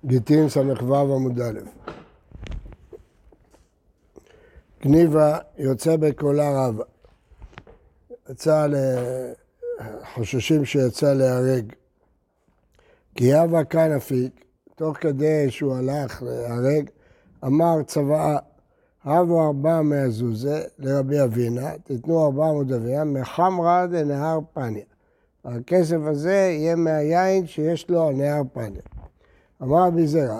גיטין ס"ו עמוד א'. גניבה יוצא בקולה רבה. חוששים שיצא להרג. כי הווה כאן אפיק, תוך כדי שהוא הלך להרג, אמר צוואה, הבו 4 מהזוזה לרבי אבינה, תיתנו 400 אביה, מחמרה דנהר פניה. הכסף הזה יהיה מהיין שיש לו על נהר פניה. אמר רבי זרע,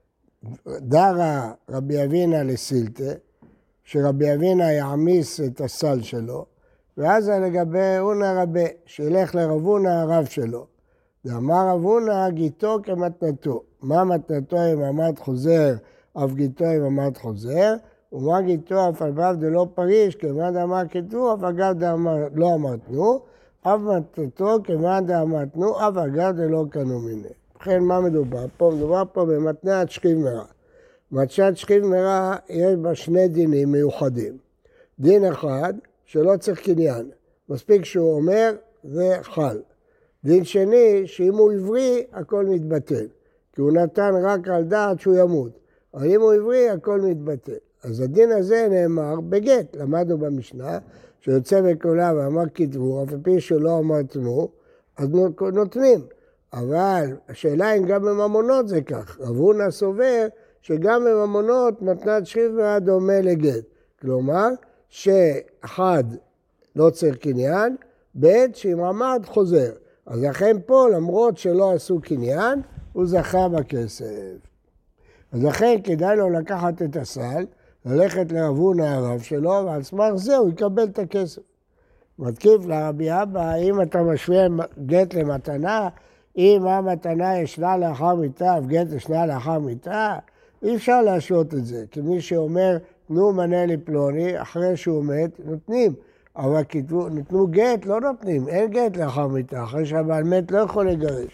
דרה רבי אבינה לסילתה, שרבי אבינה יעמיס את הסל שלו, ואז לגבי אונה רבי, שילך לרב אונה הרב שלו. ואמר רב אונה גיתו כמתנתו. מה מתנתו אם עמד חוזר, אף גיתו אם עמד חוזר, ומה גיתו אף על בב דלא פריש, כמד אמר כתבו, אף אגב לא אמרתנו, אף מתנתו כמד אמרתנו, אף אגב דלא קנו מיני. ובכן, מה מדובר פה? מדובר פה במתנת שכיב מרע. מתנת שכיב מרע יש בה 2 דינים מיוחדים. דין אחד, שלא צריך קניין. מספיק שהוא אומר, זה חל. דין שני, שאם הוא עברי, הכל מתבטל. כי הוא נתן רק על דעת שהוא ימות. אבל אם הוא עברי, הכל מתבטל. אז הדין הזה נאמר בגט. למדנו במשנה, שיוצא בקולה ואמר כתבו, אף פי שלא אמרתנו, אז נותנים. אבל השאלה אם גם בממונות זה כך. רב הונא סובר שגם בממונות מתנת שכיב מרע דומה לגט. כלומר, שאחד לא צריך קניין, ב' שאם עמד חוזר. אז לכן פה, למרות שלא עשו קניין, הוא זכה בכסף. אז לכן כדאי לו לקחת את הסל, ללכת לרב הונא הרב שלו, ועל סמך זה הוא יקבל את הכסף. מתקיף לרבי אבא, אם אתה משווה גט למתנה, אם המתנה ישנה לאחר מיתה, וגט ישנה לאחר מיתה, אי אפשר להשעות את זה. כי מי שאומר, תנו מנה לפלוני, אחרי שהוא מת, נותנים. אבל נתנו גט, לא נותנים. אין גט לאחר מיתה, אחרי שהבעל מת לא יכול לגרש.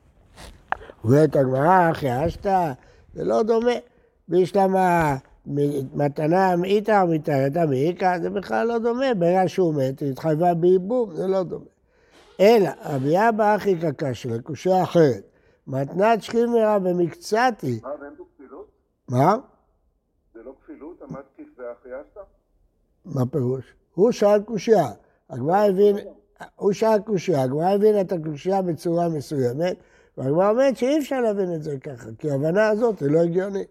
ואת הגמרא, אחי אשתה, זה לא דומה. ויש למה מתנה מאיתה, מתארתה מאיקה, זה בכלל לא דומה. ברגע שהוא מת, היא התחייבה בייבום, זה לא דומה. אלא, רבי אבא אחי קקש, לקושה אחרת. מתנת שכיב מרע במקצתי. מה, ואין בו כפילות? מה? זה לא כפילות? עמד כיף ואחי אשתה? מה פירוש? הוא שאל קושייה. הגמרא הבין את הקושייה בצורה מסוימת, והגמרא אומרת שאי אפשר להבין את זה ככה, כי ההבנה הזאת היא לא הגיונית.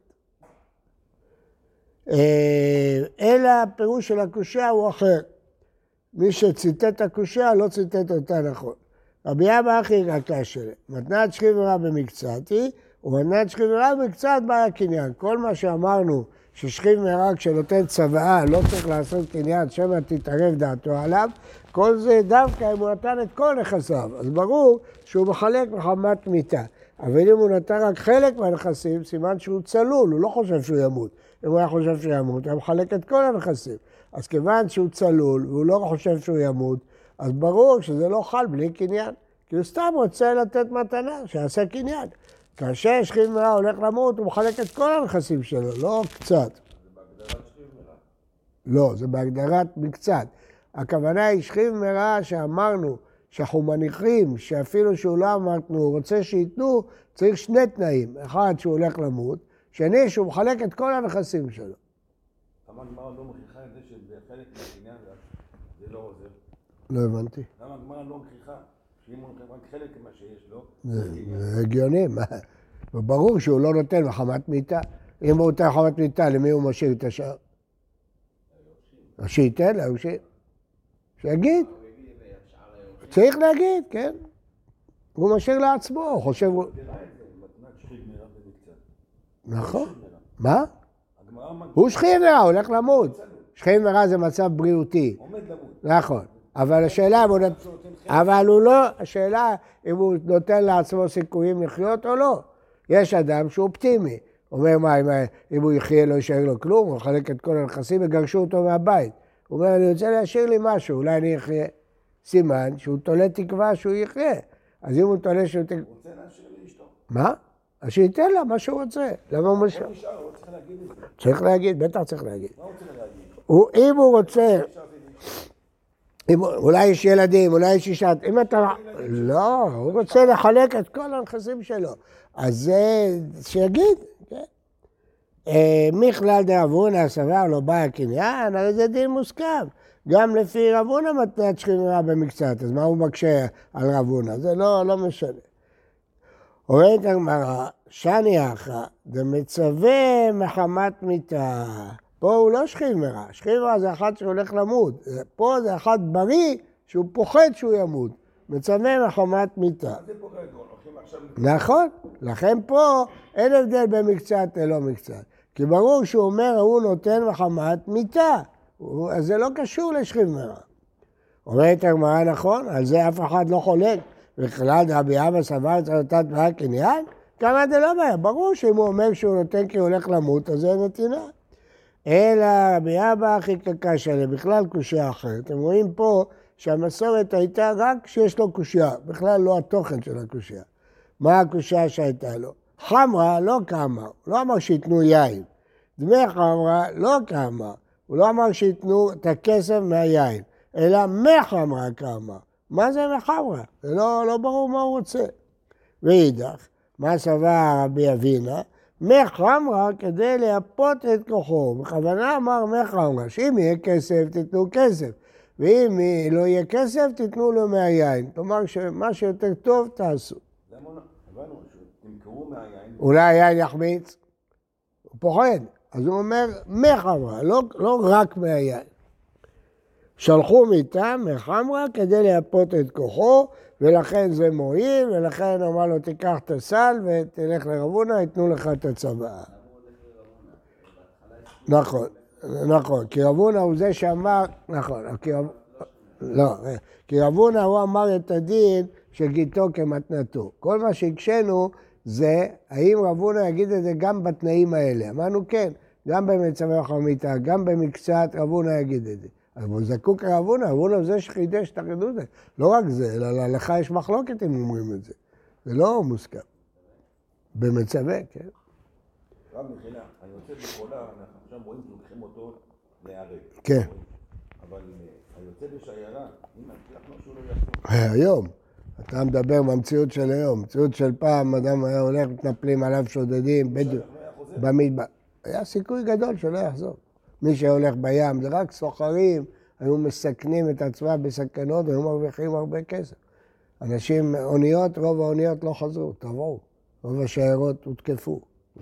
אלא הפירוש של הקושייה הוא אחר. מי שציטט את הקושייה לא ציטט אותה נכון. רבי אבא אחי קקש, מתנת שכיב מרע במקצתי, ומתנת שכיב מרע במקצת בעיה קניין. כל מה שאמרנו ששכיב מרע כשנותן צוואה לא צריך לעשות קניין, שמא תתערב דעתו עליו, כל זה דווקא אם הוא נתן את כל נכסיו. אז ברור שהוא מחלק מחמת מיתה. אבל אם הוא נתן רק חלק מהנכסים, סימן שהוא צלול, הוא לא חושב שהוא ימות. אם הוא היה חושב שהוא ימות, הוא מחלק את כל הנכסים. אז כיוון שהוא צלול והוא לא חושב שהוא ימות, אז ברור שזה לא חל בלי קניין. כי הוא סתם רוצה לתת מתנה, שיעשה קניין. כאשר שכיב מרע הולך למות, הוא מחלק את כל הנכסים שלו, לא קצת. זה בהגדרת שכיב מרע. לא, זה בהגדרת מקצת. הכוונה היא שכיב מרע שאמרנו, שאנחנו מניחים שאפילו שהוא לא אמרנו, הוא רוצה שייתנו, צריך 2 תנאים. אחד, שהוא הולך למות, שני, שהוא מחלק את כל הנכסים שלו. למה הגמרא לא מוכיחה את זה שבחלק מהקניין זה לא עוזר? לא הבנתי. למה הגמרא לא מוכיחה שאם הוא נותן רק חלק ממה שיש לו, זה הגיוני. ברור שהוא לא נותן מחמת מיתה. אם הוא נותן מחמת מיתה, למי הוא משאיר את השאר? שייתן לה, שיגיד. צריך להגיד, כן. הוא משאיר לעצמו, הוא חושב... נכון. מה? הוא שכיב מרע, הוא הולך למות. שכיב מרע זה מצב בריאותי. עומד למות. נכון. אבל השאלה אם הוא נותן לעצמו סיכויים לחיות או לא. יש אדם שהוא אופטימי. אומר מה, אם הוא יחיה לא יישאר לו כלום, הוא מחלק את כל הנכסים וגרשו אותו מהבית. הוא אומר, אני רוצה להשאיר לי משהו, אולי אני אחיה. סימן שהוא תולה תקווה שהוא יחיה. אז אם הוא תולה שהוא תקווה... הוא רוצה להשאיר לאשתו. מה? אז שייתן לה מה שהוא רוצה. למה הוא משאיר? הוא נשאר, הוא צריך להגיד את זה. צריך להגיד, בטח צריך להגיד. מה הוא צריך להגיד? אם הוא רוצה... אולי יש ילדים, אולי יש אישה, אם אתה... לא, הוא רוצה לחלק את כל הנכסים שלו. אז זה שיגיד, כן. מכלל דרב הונא סבר לא בא הקניין, הרי זה דין מוסכם. גם לפי רב הונא מתנת שכינה במקצת, אז מה הוא מקשה על רב הונא? זה לא משנה. אומרת הגמרא, שאני אחא, דמצווה מחמת מיתה. פה הוא לא שכיב מרע, שכיב מרע זה אחד שהולך למות. פה זה אחד בריא שהוא פוחד שהוא ימות. מצווה מחמת מיתה. נכון, לכן פה אין הבדל בין מקצת ללא מקצת. כי ברור שהוא אומר, הוא נותן מחמת מיתה. אז זה לא קשור לשכיב מרע. אומרת הגמרא נכון, על זה אף אחד לא חולק. בכלל רבי אבא סבר צריך לתת רק קניין? כמה זה לא בעיה, ברור שאם הוא אומר שהוא נותן כי הוא הולך למות, אז זה נתינה. אלא רבי אבא הכי קשה, זה בכלל קושיה אחרת. אתם רואים פה שהמסורת הייתה רק שיש לו קושיה, בכלל לא התוכן של הקושיה. מה הקושיה שהייתה לו? חמרה לא קמה, הוא לא אמר שיתנו יין. דמי חמרה לא קמה, הוא לא אמר שיתנו את הכסף מהיין, אלא מחמרה קמה. מה זה מחמרה? זה לא ברור מה הוא רוצה. ואידך, מה סבר רבי אבינה? מחמרה כדי להפות את כוחו. בכוונה אמר מחמרה, שאם יהיה כסף תיתנו כסף, ואם לא יהיה כסף תיתנו לו מהיין. כלומר שמה שיותר טוב תעשו. הבנו שתמכרו מהיין. אולי היין יחמיץ? הוא פוחד. אז הוא אומר מחמרה, לא רק מהיין. שלחו מטעם מחמרה כדי להפות את כוחו, ולכן זה מועיל, ולכן אמר לו תיקח את הסל ותלך לרב הונא, ייתנו לך את הצוואה. נכון, נכון, כי רב הונא הוא זה שאמר, נכון, כי רב הונא הוא אמר את הדין שגיתו כמתנתו. כל מה שהקשנו זה, האם רב הונא יגיד את זה גם בתנאים האלה? אמרנו כן, גם במצווה חמיתה, גם במקצת רב הונא יגיד את זה. אבל הוא זקוק לרב הונא, רב הונא הוא זה שחידש את החידוש הזה. לא רק זה, אלא להלכה יש מחלוקת אם אומרים את זה. זה לא מוסכם. במצווה, כן. רב מחילה, אני רוצה בחולה, אנחנו עכשיו רואים שלוקחים אותו להיהרג. כן. אבל אני רוצה בשיירה, אם נצליח משהו לא יעשו. היום. אתה מדבר במציאות של היום. מציאות של פעם, אדם היה הולך, מתנפלים עליו שודדים, בדיוק. במדבר. היה סיכוי גדול שלא יחזור. מי שהולך בים, זה רק סוחרים, היו מסכנים את עצמם בסכנות, היו מרוויחים הרבה כסף. אנשים, אוניות, רוב האוניות לא חזרו, תבואו. רוב השיירות הותקפו.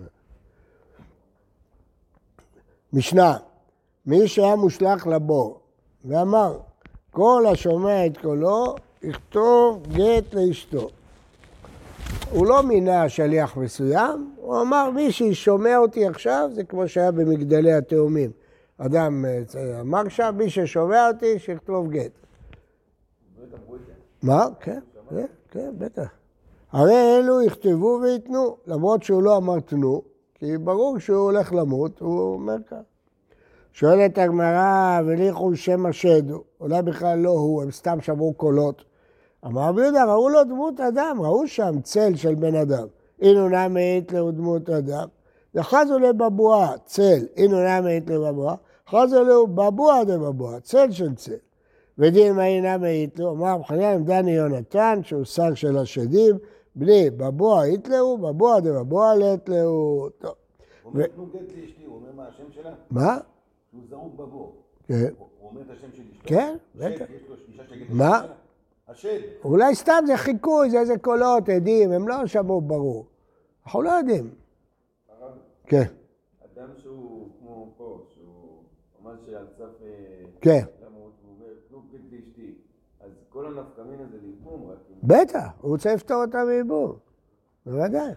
משנה, מי שהיה מושלח לבור, ואמר, כל השומע את קולו, יכתוב גט לאשתו. הוא לא מינה שליח מסוים, הוא אמר, מי ששומע אותי עכשיו, זה כמו שהיה במגדלי התאומים. אדם אמר שם, מי ששומע אותי, שיכתוב גט. מה? כן, כן, בטח. הרי אלו יכתבו ויתנו, למרות שהוא לא אמר תנו, כי ברור שהוא הולך למות, הוא אומר כך. שואלת הגמרא, וליכו שם השד, אולי בכלל לא הוא, הם סתם שמעו קולות. אמר רבי יהודה, ראו לו דמות אדם, ראו שם צל של בן אדם. אינו נמית לו דמות אדם. וחזו לבבואה, צל, אינו נמית לו בבואה, חזו לו בבואה דבבואה, צל של צל. ודין מה אינה מעית לו, אמר בחניה עם דני יונתן, שהוא שר של השדים, בני בבואה היתלהו, בבואה דבבואה להיתלהו. טוב. הוא אומר, תנו גט לאשתי, הוא אומר מה השם שלה? מה? הוא זרוק בבור. כן. הוא אומר את השם של אשתו? כן, בטח. יש לו אישה שתגיד את מה? השם שלה? השד. אולי סתם זה חיקוי, זה איזה קולות, עדים, הם לא שמעו ברור. אנחנו לא יודעים. הרב, כן. אדם שהוא כמו פה, שהוא ממש על סף כן. למות, הוא אומר, תנו גט לאשתי. אז כל הנפקמין הזה ליבום רק. בטח, הוא רוצה לפתור אותה מייבום. בוודאי.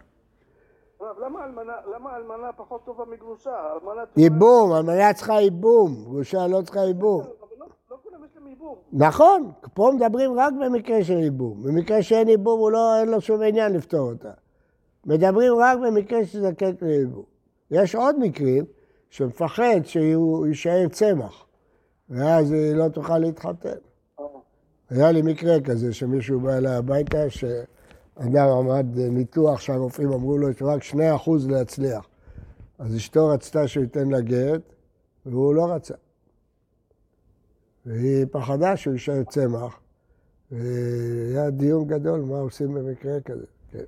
למה אלמנה פחות טובה מגרושה? ייבום, אלמנה צריכה ייבום, גרושה לא צריכה ייבום. אבל לא כולם יש להם ייבום. נכון, פה מדברים רק במקרה של ייבום. במקרה שאין ייבום, אין לו שום עניין לפתור אותה. מדברים רק במקרה שזקק לייבום. יש עוד מקרים שמפחד שהוא יישאר צמח, ואז היא לא תוכל להתחתן. היה לי מקרה כזה שמישהו בא אליי הביתה, שאדם עמד ניתוח שהרופאים אמרו לו, יש רק 2% להצליח. אז אשתו רצתה שהוא ייתן לה גט, והוא לא רצה. והיא פחדה שהוא יישאר צמח. והיה דיון גדול מה עושים במקרה כזה. כן.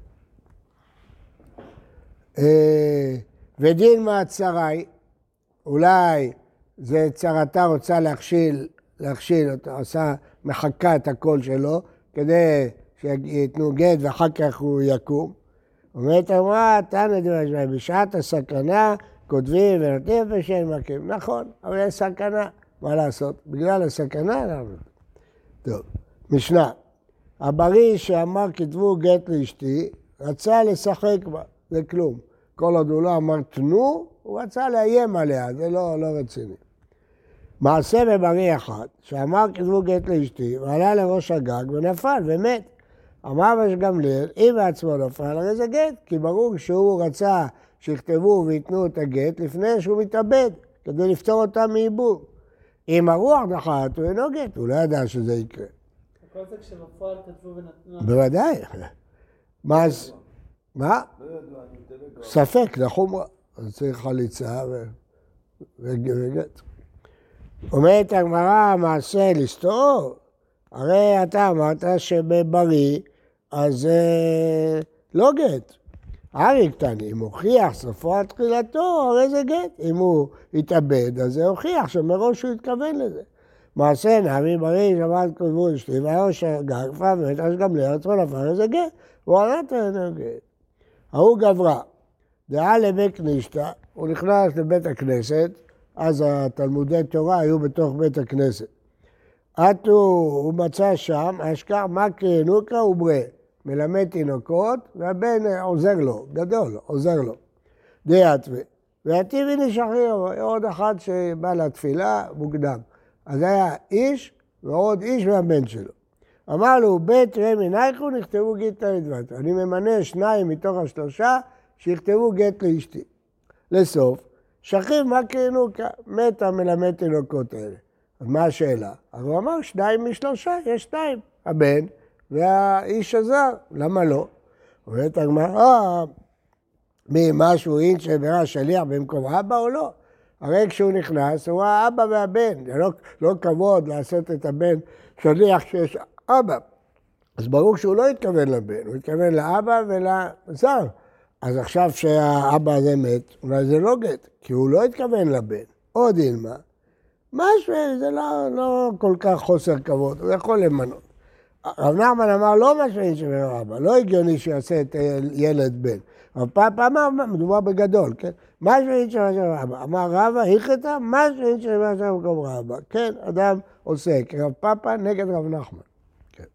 ודין מעצרי, אולי זה צרתה רוצה להכשיל אותה, עושה מחקה את הקול שלו, כדי שיתנו גט ואחר כך הוא יקום. אומרת אמרה, תנא דרבי, בשעת הסכנה כותבים ונותנים ושאין מכים. נכון, אבל יש סכנה, מה לעשות? בגלל הסכנה, טוב, משנה. הבריא שאמר כתבו גט לאשתי, רצה לשחק בה, זה כלום. כל עוד הוא לא אמר תנו, הוא רצה לאיים עליה, זה לא רציני. מעשה בבריא אחד, שאמר כתבו גט לאשתי, ועלה לראש הגג ונפל ומת. אמר רבי גמליאל, אם בעצמו נפל, הרי זה גט, כי ברור שהוא רצה שיכתבו ויתנו את הגט לפני שהוא מתאבד, כדי לפתור אותם מעיבור. אם הרוח נחת, הוא אינו גט, הוא לא ידע שזה יקרה. כל זה כשבפועל כתבו ונתנו... בוודאי. מה? ספק, לחומרה. אז צריך חליצה וגט. אומרת הגמרא, מעשה לסתור, הרי אתה אמרת שבבריא, אז לא גט. ארי קטני, אם הוכיח סופו עד תחילתו, הרי זה גט. אם הוא התאבד, אז זה הוכיח שמראש הוא התכוון לזה. מעשה נמי בריא, שמעת כתבו אשתי, והראש הגג, פעם אז גם לעצמו נפל, אז זה גט. הוא ענת אינו גט. ההוא גברה, דעה לבית כנישתא, הוא נכנס לבית הכנסת, אז התלמודי תורה היו בתוך בית הכנסת. הוא מצא שם, אשכח מקרי נוקרא וברה, מלמד תינוקות, והבן עוזר לו, גדול, עוזר לו. די אטווה. והטיבי נשחרר, עוד אחד שבא לתפילה מוקדם. אז היה איש ועוד איש והבן שלו. אמר לו, בית רמי נייכו נכתבו גט לדבת. אני ממנה 2 מתוך 3 שיכתבו גט לאשתי. לסוף, שכיב מקרי נוקרא, מת המלמד תינוקות האלה. אז מה השאלה? אז הוא אמר 2 מ3, יש 2, הבן והאיש הזר, למה לא? אומרת הגמרא, משהו אין שברא שליח במקום אבא או לא? הרי כשהוא נכנס, הוא האבא והבן, זה לא כבוד לעשות את הבן שליח שיש אבא. אז ברור שהוא לא התכוון לבן, הוא התכוון לאבא ולזר. אז עכשיו שהאבא הזה מת, אולי זה לא גט, כי הוא לא התכוון לבן. עוד אילמה, משהו, זה לא כל כך חוסר כבוד, הוא יכול למנות. רב נחמן אמר, לא משהו שבן אבא, לא הגיוני שיעשה את ילד בן. אבל פעם אמר, מדובר בגדול, כן? משהו שבן אבא. אמר רבא, היכתה, משהו שבן אבא במקום רבא. כן, אדם עוסק, רב פאפה נגד רב נחמן. כן.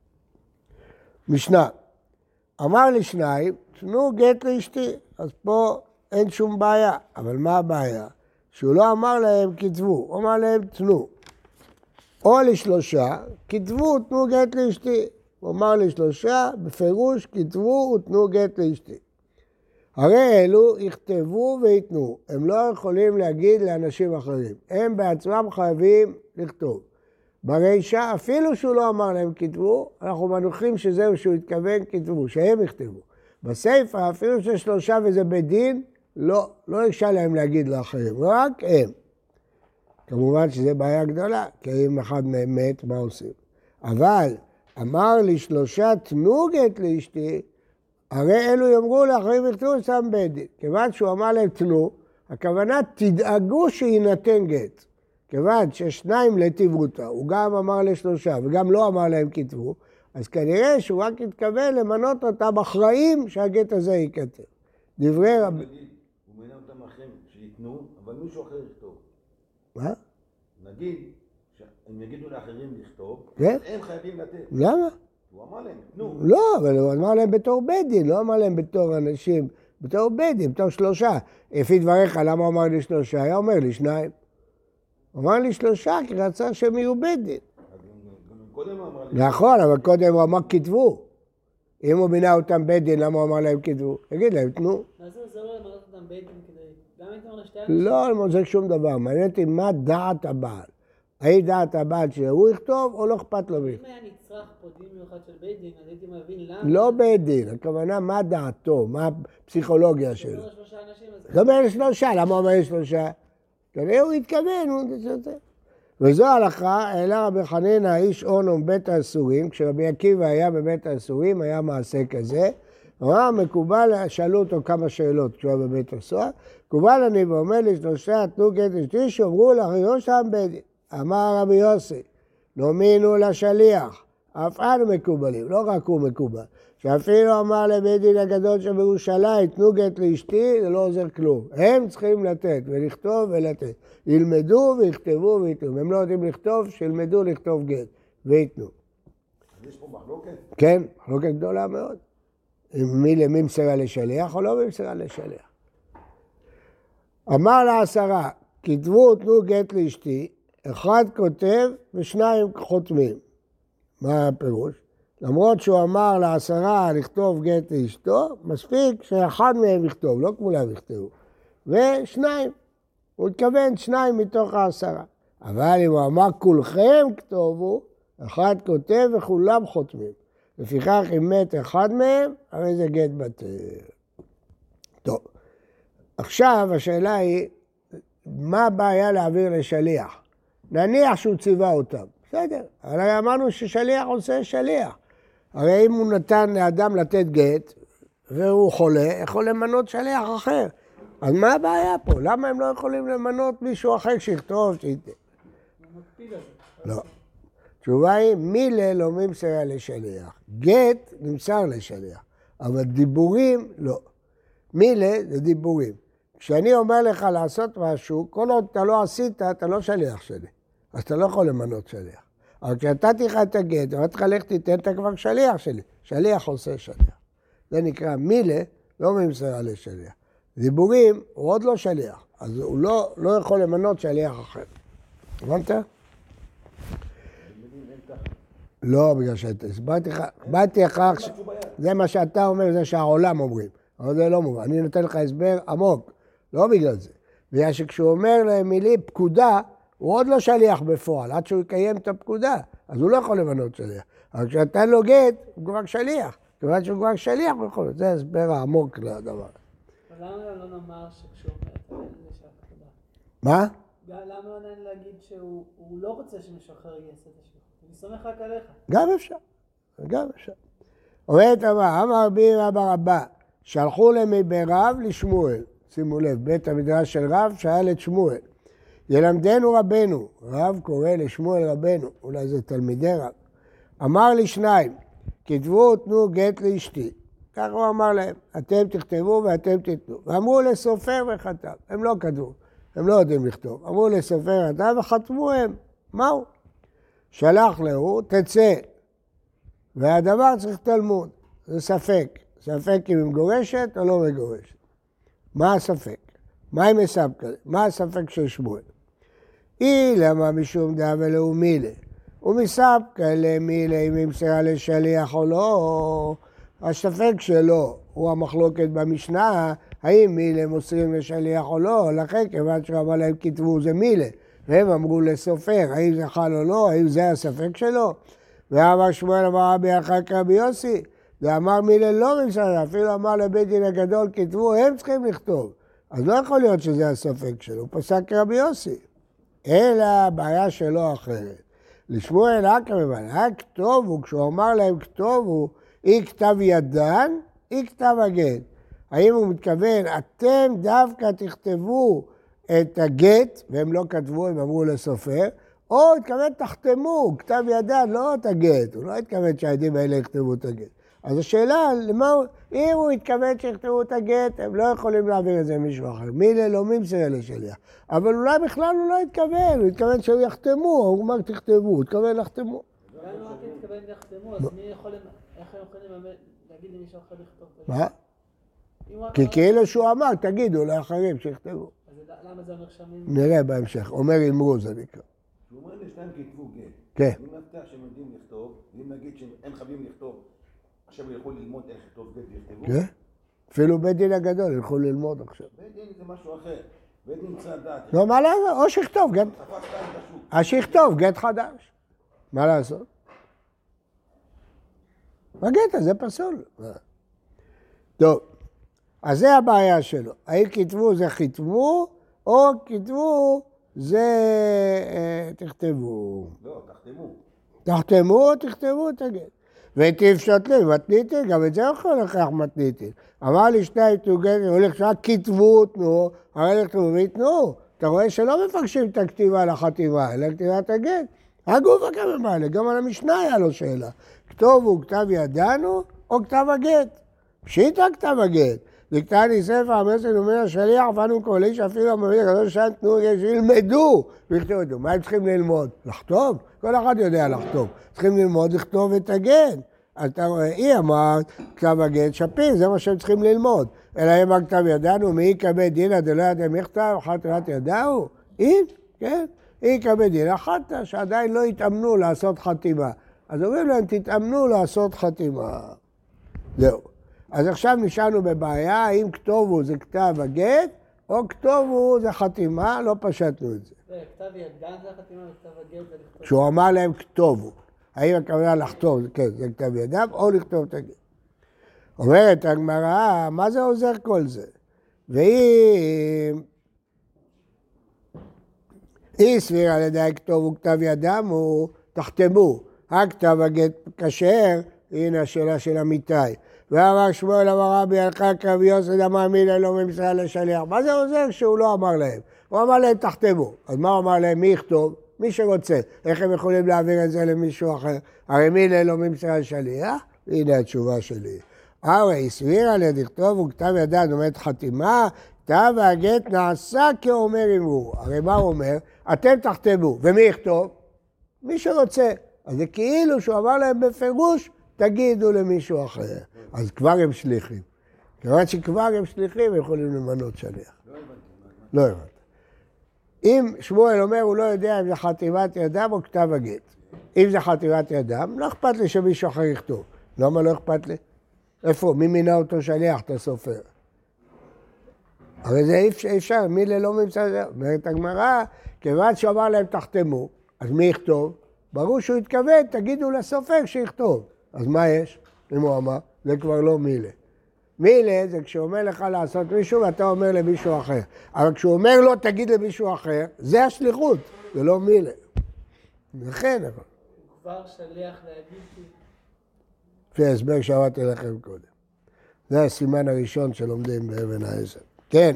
משנה, אמר לי 2, תנו גט לאשתי, אז פה אין שום בעיה. אבל מה הבעיה? שהוא לא אמר להם כתבו, הוא אמר להם תנו. או ל3, כתבו תנו גט לאשתי. הוא אמר ל3, בפירוש כתבו ותנו גט לאשתי. הרי אלו יכתבו ויתנו, הם לא יכולים להגיד לאנשים אחרים. הם בעצמם חייבים לכתוב. ברישה, אפילו שהוא לא אמר להם כתבו, אנחנו מנוחים שזהו שהוא התכוון כתבו, שהם יכתבו. בספר, אפילו ש3 וזה בדין, לא ירשה להם להגיד לאחרים, רק הם. כמובן שזו בעיה גדולה, כי אם אחד מהם מת, מה עושים? אבל אמר לי 3 תנו גט לאשתי, הרי אלו יאמרו לאחרים יכתבו שם בית דין. כיוון שהוא אמר להם תנו, הכוונה תדאגו שיינתן גט. כיוון ש2 לתיברותה, הוא גם אמר ל3 וגם לא אמר להם כתבו, אז כנראה שהוא רק התכוון למנות אותם אחראים שהגט הזה ייכתב. דברי רבי... הוא מינה אותם אחרים שיתנו, אבל מישהו אחר יכתוב. מה? נגיד שהם יגידו לאחרים לכתוב, כן? הם חייבים לתת. למה? הוא אמר להם, תנו. לא, אבל הוא אמר להם בתור בית דין, לא אמר להם בתור אנשים, בתור בית דין, בתור 3. לפי דבריך, למה הוא אמר לי 3? היה אומר לי 2. הוא אמר לי 3, כי רצה שהם יהיו בית דין. גם קודם הוא אמר לי... נכון, אבל קודם הוא אמר כתבו. אם הוא מינה אותם בית דין, למה הוא אמר להם כתבו? תגיד להם, תנו. אז זה לא למנות אותם בית דין כדי... גם אם אתה אומר לשתי אנשים? לא למוזג שום דבר, מעניין אותי מה דעת הבעל. האם דעת הבעל שהוא יכתוב או לא אכפת לו מי? אם היה נצרך פה דין מיוחד של בית דין, אז הייתי מבין למה... לא בית דין, הכוונה מה דעתו, מה הפסיכולוגיה שלו. הוא אומר 3 אנשים, אז... זה אומר ל3, למה הוא אומר ל3? כנראה הוא התכוון, וזו ההלכה, העלה רבי חנינא איש אונו בבית האסורים, כשרבי עקיבא היה בבית האסורים, היה מעשה כזה, אמר מקובל, שאלו אותו כמה שאלות כשהוא היה בבית הסוהר, מקובל אני ואומר לי שלושה תנו גט אשתי, שאומרו לך יושם בית דין. אמר רבי יוסי, נומינו לשליח, אף אנו מקובלים, לא רק הוא מקובל. שאפילו אמר לבית דין הגדול שבירושלים, תנו גט לאשתי, זה לא עוזר כלום. הם צריכים לתת ולכתוב ולתת. ילמדו ויכתבו ויתנו. הם לא יודעים לכתוב, שילמדו לכתוב גט ויתנו. אז יש פה מחלוקת? כן, מחלוקת גדולה מאוד. למי מסרה לשליח או לא מסרה לשליח. אמר לעשרה, כתבו תנו גט לאשתי, אחד כותב ושניים חותמים. מה הפירוש? למרות שהוא אמר לעשרה לכתוב גט לאשתו, מספיק שאחד מהם יכתוב, לא כולם יכתבו. ושניים, הוא התכוון שניים מתוך העשרה. אבל אם הוא אמר כולכם כתובו, אחד כותב וכולם חותמים. לפיכך אם מת אחד מהם, הרי זה גט בטל. טוב, עכשיו השאלה היא, מה הבעיה להעביר לשליח? נניח שהוא ציווה אותם, בסדר, אבל אמרנו ששליח עושה שליח. הרי אם הוא נתן לאדם לתת גט, והוא חולה, יכול למנות שליח אחר. אז מה הבעיה פה? למה הם לא יכולים למנות מישהו אחר שיכתוב, שייתן? לא. התשובה היא, מילה לא נמסרה לשליח. גט נמסר לשליח, אבל דיבורים לא. מילה זה דיבורים. כשאני אומר לך לעשות משהו, כל עוד אתה לא עשית, אתה לא שליח שלי. אז אתה לא יכול למנות שליח. אבל כשנתתי לך את הגט, ואמרתי לך לך תיתן, אתה כבר שליח שלי. שליח עושה שליח. זה נקרא מילה, לא נמסרה לשליח. דיבורים, הוא עוד לא שליח. אז הוא לא יכול למנות שליח אחר. הבנת? לא, בגלל שאתה הסברתי לך, זה מה שאתה אומר, זה שהעולם אומרים. אבל זה לא מובן. אני נותן לך הסבר עמוק, לא בגלל זה. בגלל שכשהוא אומר למילים פקודה, הוא עוד לא שליח בפועל, עד שהוא יקיים את הפקודה. אז הוא לא יכול למנות שליח. אבל כשאתה לו גט, הוא כבר שליח. כיוון שהוא כבר שליח בכל זאת. זה הסבר העמוק לדבר. אבל למה לא נאמר שכשהוא מת, אין לשם פקודה? מה? למה עדיין להגיד שהוא לא רוצה שמישהו אחר יעשה את השליחות? אני סומך רק עליך. גם אפשר, גם אפשר. אומרת אמר רבי רבא רבא, שלחו מברב לשמואל. שימו לב, בית המדרש של רב שאל את שמואל. ילמדנו רבנו, רב קורא לשמואל רבנו, אולי זה תלמידי רב. אמר לי שניים, כתבו תנו גט לאשתי. כך הוא אמר להם, אתם תכתבו ואתם תתנו. ואמרו לסופר וכתב, הם לא כתבו, הם לא יודעים לכתוב. אמרו לסופר וכתב וחתמו הם, מהו? שלח לו, תצא. והדבר צריך תלמוד, זה ספק. ספק אם היא מגורשת או לא מגורשת. מה הספק? מה היא מספקת? מה הספק של שמואל? היא למה משום דעה ולאו מילה. הוא מספקה למילה אם היא מסרה לשליח או לא. הספק שלו הוא המחלוקת במשנה, האם מילה מוסרים לשליח או לא. לכן כיוון שאמר להם כתבו זה מילה. והם אמרו לסופר, האם זה חל או לא, האם זה הספק שלו. ואמר שמואל אמר רבי אחר רבי יוסי. ואמר מילה לא מסרה, אפילו אמר לבית דין הגדול כתבו, הם צריכים לכתוב. אז לא יכול להיות שזה הספק שלו, הוא פסק רבי יוסי. אלא הבעיה שלו אחרת. לשמואל כמובן, כתובו, כשהוא אמר להם כתובו, אי כתב ידן, אי כתב הגט. האם הוא מתכוון, אתם דווקא תכתבו את הגט, והם לא כתבו, הם אמרו לסופר, או התכוון תחתמו, כתב ידן, לא את הגט. הוא לא התכוון שהעדים האלה יכתבו את הגט. אז השאלה, אם הוא התכוון שיכתבו את הגט, הם לא יכולים להעביר את זה למישהו אחר. מילה לא ממסרה לשליח. אבל אולי בכלל הוא לא התכוון, הוא התכוון שהוא יחתמו, הוא אמר תכתבו, הוא התכוון לחתמו. אולי הוא רק התכוון לחתמו, אז מי יכול, איך הם יכולים להגיד למישהו אחר לכתוב? מה? כי כאילו שהוא אמר, תגידו לאחרים שיכתבו. אז למה זה אומר שמים? נראה בהמשך, אומר אמרו זה נקרא. הוא אומר לשתיים כתבו גט. כן. אם נבטח שהם יודעים לכתוב, ואם נגיד שהם חייבים לכתוב, עכשיו הוא יכול ללמוד איך לכתוב גט ויכתבו. כן? אפילו בית דין הגדול יכול ללמוד עכשיו. בית דין זה משהו אחר. בית דין צריך לדעת. לא, מה לעשות? או שיכתוב גט. שפה שתיים בשוק. אז שיכתוב גט חדש. מה לעשות? הגט הזה פסול. טוב, אז זה הבעיה שלו. האם כתבו זה חיתמו, או כתבו זה תכתבו. לא, תחתמו. תחתמו, תכתבו את הגט. וטיב שותלים, מתניתין, גם את זה יכול לקח מתניתין. אמר לי שניים תוגן, הולך שרק כתבו, תנו, הרי לכתבו ויתנו. אתה רואה שלא מפרשים את הכתיבה לחתימה, אלא כתיבת הגט. הגוף הכמה מעלה, גם על המשנה היה לו שאלה. כתובו כתב ידענו או כתב הגט? פשיטא כתב הגט. דקתני ספר המסר אומר השליח, ואנו כל איש אפילו המבין הקדוש שם תנו שילמדו ויכתבו אותו. מה הם צריכים ללמוד? לכתוב? כל אחד יודע לכתוב. צריכים ללמוד לכתוב את הגט. אתה רואה, היא אמרת, כתב הגט שפיר, זה מה שהם צריכים ללמוד. אלא אם הכתב ידענו, מי יקבל דינא דלא ידע מכתב, אחת תורת ידעו? אין, כן? היא יקבל דינא אחת שעדיין לא התאמנו לעשות חתימה. אז אומרים להם, תתאמנו לעשות חתימה. זהו. אז עכשיו נשארנו בבעיה, האם כתובו זה כתב הגט, או כתובו זה חתימה, לא פשטנו את זה. כתב ידן זה החתימה, וכתב הגט זה לכתוב. כשהוא אמר להם כתובו, האם הכוונה לכתוב, כן, זה כתב ידם, או לכתוב את הגט. אומרת הגמרא, מה זה עוזר כל זה? והיא סבירה על ידי כתובו כתב ידם, הוא תחתמו. הכתב הגט כשר, הנה השאלה של אמיתי. ואמר שמואל אמר רבי הלכה כרבי יוסי דמה מילה לא ממסרה לשליח. מה זה עוזר שהוא לא אמר להם? הוא אמר להם תחתמו. אז מה הוא אמר להם? מי יכתוב? מי שרוצה. איך הם יכולים להעביר את זה למישהו אחר? הרי מילה לא ממסרה לשליח? הנה התשובה שלי. הרי סבירה לכתוב וכתב ידן, זאת אומרת חתימה, כתב הגט נעשה כאומר אמרו. הרי מה הוא אומר? אתם תחתמו. ומי יכתוב? מי שרוצה. אז זה כאילו שהוא אמר להם בפירוש, תגידו למישהו אחר. אז כבר הם שליחים. כיוון שכבר הם שליחים, הם יכולים למנות שליח. לא הבנתי. אם שמואל אומר, הוא לא יודע אם זה חתימת ידם או כתב הגט. אם זה חתימת ידם, לא אכפת לי שמישהו אחר יכתוב. למה לא אכפת לי? איפה? מי מינה אותו שליח, אתה סופר? הרי זה אי אפשר, מי ללא ממצא, אומרת הגמרא, כיוון שהוא אמר להם תחתמו, אז מי יכתוב? ברור שהוא התכוון, תגידו לסופר שיכתוב. אז מה יש? אם הוא אמר, זה כבר לא מילה. מילה זה כשהוא אומר לך לעשות מישהו ואתה אומר למישהו אחר. אבל כשהוא אומר לו תגיד למישהו אחר, זה השליחות, זה לא מילה. לכן, אבל. כבר שליח להגיד. לפי ההסבר שאמרתי לכם קודם. זה הסימן הראשון שלומדים באבן העזר. כן.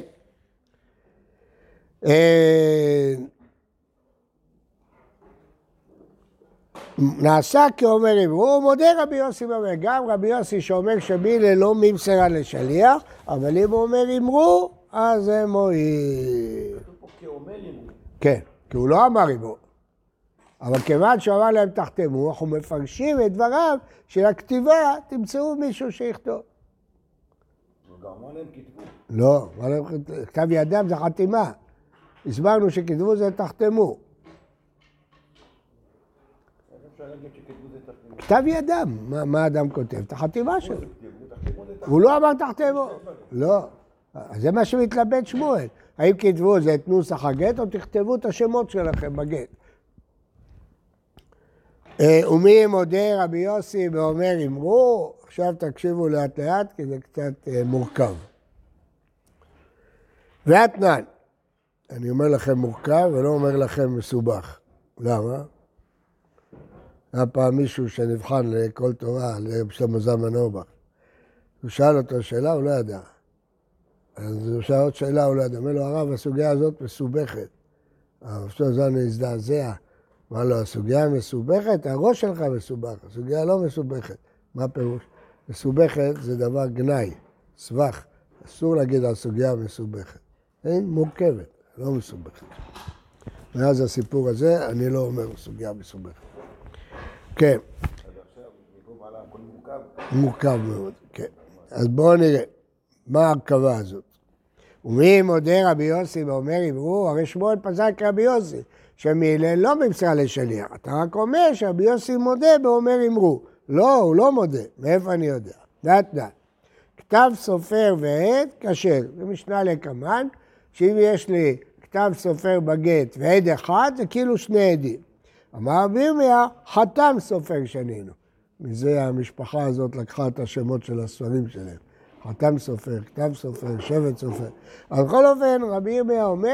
נעשה כאומר אמרו, הוא מודה רבי יוסי ואומר, גם רבי יוסי שאומר שמילה לא ממסרה לשליח, אבל אם הוא אומר אמרו, אז זה מועיל. כתוב פה כאומר אמרו. כן, כי הוא לא אמר אמרו. אבל כיוון שהוא אמר להם תחתמו, אנחנו מפרשים את דבריו של הכתיבה, תמצאו מישהו שיכתוב. גם אמר להם כתבו. לא, כתב ידם זה חתימה. הסברנו שכתבו זה תחתמו. כתב ידם, מה אדם כותב? את החתימה שלו. הוא לא אמר תחתמו. לא. זה מה שמתלבט שמואל. האם כתבו זה את נוסח הגט או תכתבו את השמות שלכם בגט? ומי מודה רבי יוסי ואומר אמרו, עכשיו תקשיבו לאט לאט כי זה קצת מורכב. והתנן, אני אומר לכם מורכב ולא אומר לכם מסובך. למה? היה פעם מישהו שנבחן לכל תורה, לשלמה זלמן אוירבך. הוא שאל אותו שאלה, הוא לא ידע. אז הוא שאל עוד שאלה, הוא לא ידע. אומר לו, הרב, הסוגיה הזאת מסובכת. הרב שלמה זלמן הזדעזע. אמר לו, הסוגיה מסובכת, הראש שלך מסובך, הסוגיה לא מסובכת. מה הפירוש? מסובכת זה דבר גנאי, סבך. אסור להגיד על סוגיה מסובכת. אין מורכבת, לא מסובכת. מאז הסיפור הזה, אני לא אומר סוגיה מסובכת. כן. אז עכשיו, מפה מעלה, הכל מורכב. מורכב מאוד, כן. אז בואו נראה, מה ההרכבה הזאת? ומי מודה רבי יוסי ואומר אמרו, הרי שמואל פסק רבי יוסי, שמילה לא ממסרה לשליח. אתה רק אומר שרבי יוסי מודה ואומר אמרו. לא, הוא לא מודה. מאיפה אני יודע? דעת. כתב סופר ועד, כשר. זה משנה לקמן, שאם יש לי כתב סופר בגט ועד אחד, זה כאילו שני עדים. אמר רבי ירמיה, חתם סופר שנינו. מזה המשפחה הזאת לקחה את השמות של הספרים שלהם. חתם סופר, כתב סופר, שבט סופר. אבל בכל אופן, רבי ירמיה אומר,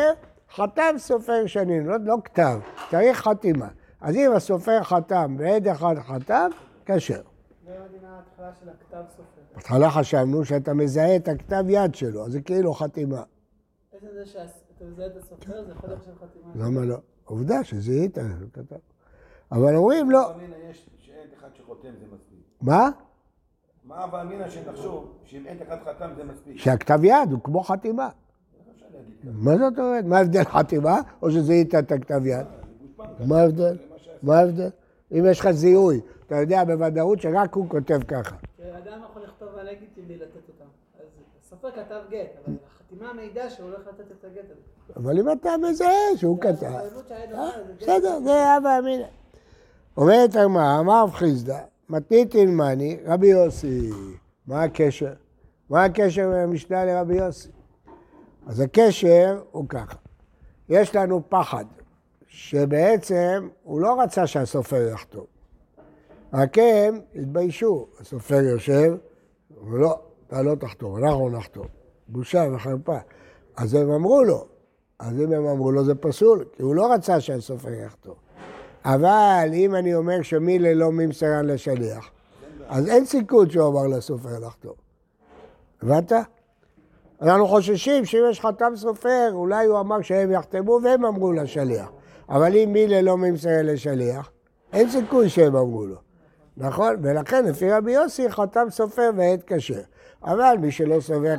חתם סופר שנים, לא כתב, צריך חתימה. אז אם הסופר חתם ועד אחד חתם, כשר. לא הבנתי מה ההתחלה של הכתב סופר. בהתחלה חשבנו שאתה מזהה את הכתב יד שלו, אז זה כאילו חתימה. איזה זה שאתה מזהה את הסופר, זה יכול להיות של חתימה. למה לא? עובדה שזיהית, כתב. אבל אומרים לא. מה אמינא יש שאין אחד שחותם זה מספיק? מה? מה אבל אמינא שנחשוב שאם אין אחד חתם זה מספיק? שהכתב יד הוא כמו חתימה. אפשר להגיד ככה. מה זאת אומרת? מה ההבדל חתימה או שזיהית את הכתב יד? מה ההבדל? מה ההבדל? אם יש לך זיהוי, אתה יודע בוודאות שרק הוא כותב ככה. אדם יכול לכתוב הלגיטים בלי לתת אותם. אז הסופר כתב גט, אבל החתימה מעידה שהוא הולך לתת את הגט הזה. אבל אם אתה מזהה שהוא כתב. ההתחייבות שהעד אמר, זה גט. בסדר, זה הווה אמינא. אומרת הגמרא, אמר רב חיסדא, מתניתין מאני, רבי יוסי. מה הקשר? מה הקשר בין המשנה לרבי יוסי? אז הקשר הוא ככה. יש לנו פחד, שבעצם הוא לא רצה שהסופר יחתום. רק הם התביישו. הסופר יושב, ולא, אתה לא תחתום, אנחנו נחתום. בושה וחרפה. אז הם אמרו לו, אז אם הם אמרו לו זה פסול, כי הוא לא רצה שהסופר יחתום. אבל אם אני אומר שמילה לא ממסרה לשליח, אז אין סיכוי שהוא אמר לסופר לחתום. הבנת? אנחנו חוששים שאם יש חתם סופר, אולי הוא אמר שהם יחתמו והם אמרו לשליח. אבל אם מילה לא ממסרה לשליח, אין סיכוי שהם אמרו לו. נכון? ולכן לפי רבי יוסי חתם סופר ועד כשר. אבל מי שלא סובר...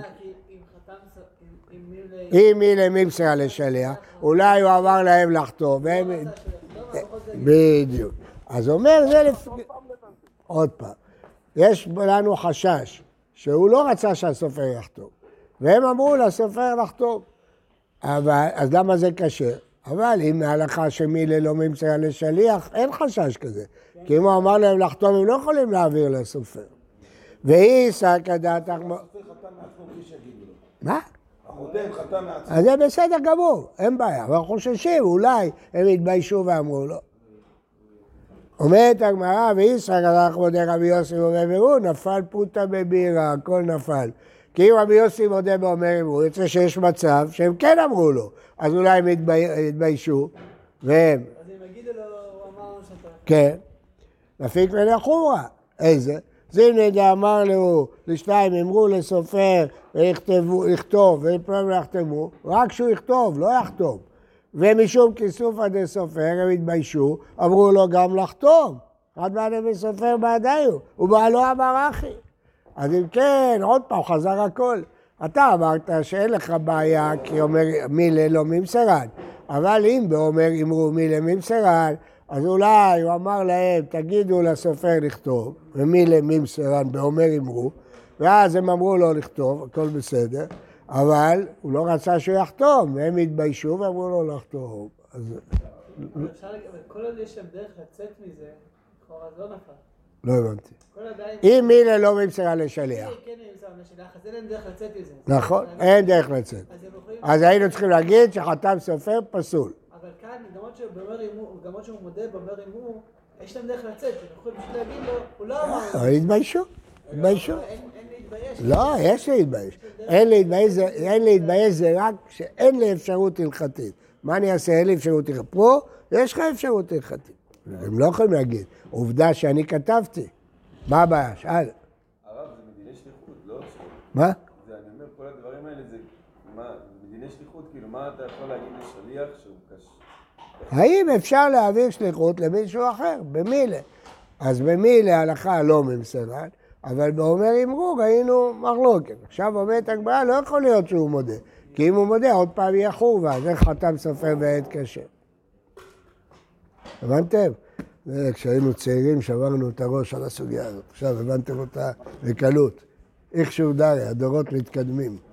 אם מילה ממסרה לשליח, אולי הוא אמר להם לחתום והם... בדיוק. אז אומר זה עוד פעם. יש לנו חשש שהוא לא רצה שהסופר יחתום. והם אמרו לסופר לחתום. אז למה זה קשה? אבל אם ההלכה שמילה לא ממסרה לשליח, אין חשש כזה. כי אם הוא אמר להם לחתום, הם לא יכולים להעביר לסופר. והיא סקא דעת אחמד... הסופר חתם מעצמו בלי שיגידו לו. מה? החותם חתם מעצמו. אז זה בסדר גמור, אין בעיה. אבל חוששים, אולי הם התביישו ואמרו לו. אומרת הגמרא, וישראל הלך מודה רבי יוסי ואומר אמרו, נפל פוטה בבירה, הכל נפל. כי אם רבי יוסי מודה ואומר אמרו, יוצא שיש מצב שהם כן אמרו לו, אז אולי הם התביישו, והם... אז אם יגידו לו, הוא אמר שאתה... כן, נפיק מן החומרה. איזה? זימני דאמר לו, לשתיים אמרו לסופר לכתוב, ולפעמים לא יחתמו, רק שהוא יכתוב, לא יחתום. ומשום כיסופא דסופר הם התביישו, אמרו לו גם לחתום. אחד בעלי סופר בעדיו, ובעלו אמר אחי. אז אם כן, עוד פעם חזר הכל. אתה אמרת שאין לך בעיה, כי אומר מילה לא ממסרן. אבל אם באומר אמרו מילה ממסרן, אז אולי הוא אמר להם, תגידו לסופר לכתוב, ומילה ממסרן באומר אמרו, ואז הם אמרו לו לכתוב, הכל בסדר. אבל הוא לא רצה שהוא יחתום, והם התביישו ואמרו לו לחתום. אפשר להגיד, אבל כל עוד יש שם דרך לצאת מזה, לכאורה זה לא נפל. לא הבנתי. כל עדיין... אם מילה לא ממסרה לשליח. כן, נמסר לשליח, אז אין להם דרך לצאת מזה. נכון, אין דרך לצאת. אז הם יכולים... אז היינו צריכים להגיד שחתם סופר פסול. אבל כאן, למרות שהוא מודה באומר אמרו, יש להם דרך לצאת, הם יכולים פשוט להגיד לו, הוא לא אמר... אבל התביישו, התביישו. אין להתבייש. לא, יש להתבייש. אין להתבייש זה רק שאין לי אפשרות הלכתית. מה אני אעשה? אין לי אפשרות הלכתית. פה יש לך אפשרות הלכתית. הם לא יכולים להגיד. עובדה שאני כתבתי. מה הבעיה? שאל. הרב, זה מדיני שליחות, לא? מה? אני אומר, כל הדברים האלה זה מדיני שליחות, כאילו, מה אתה יכול להגיד לשליח שהוא קשה? האם אפשר להעביר שליחות למישהו אחר? במילה. אז במילה ההלכה לא ממסרן, אבל באומר אמרו ראינו מחלוקת. עכשיו אומרת הגמרא, לא יכול להיות שהוא מודה. כי אם הוא מודה, עוד פעם יהיה חורבה, זה חתם סופר ועד כשר. הבנתם? כשהיינו צעירים שברנו את הראש על הסוגיה הזאת. עכשיו הבנתם אותה בקלות. איכשהו דרי, הדורות מתקדמים.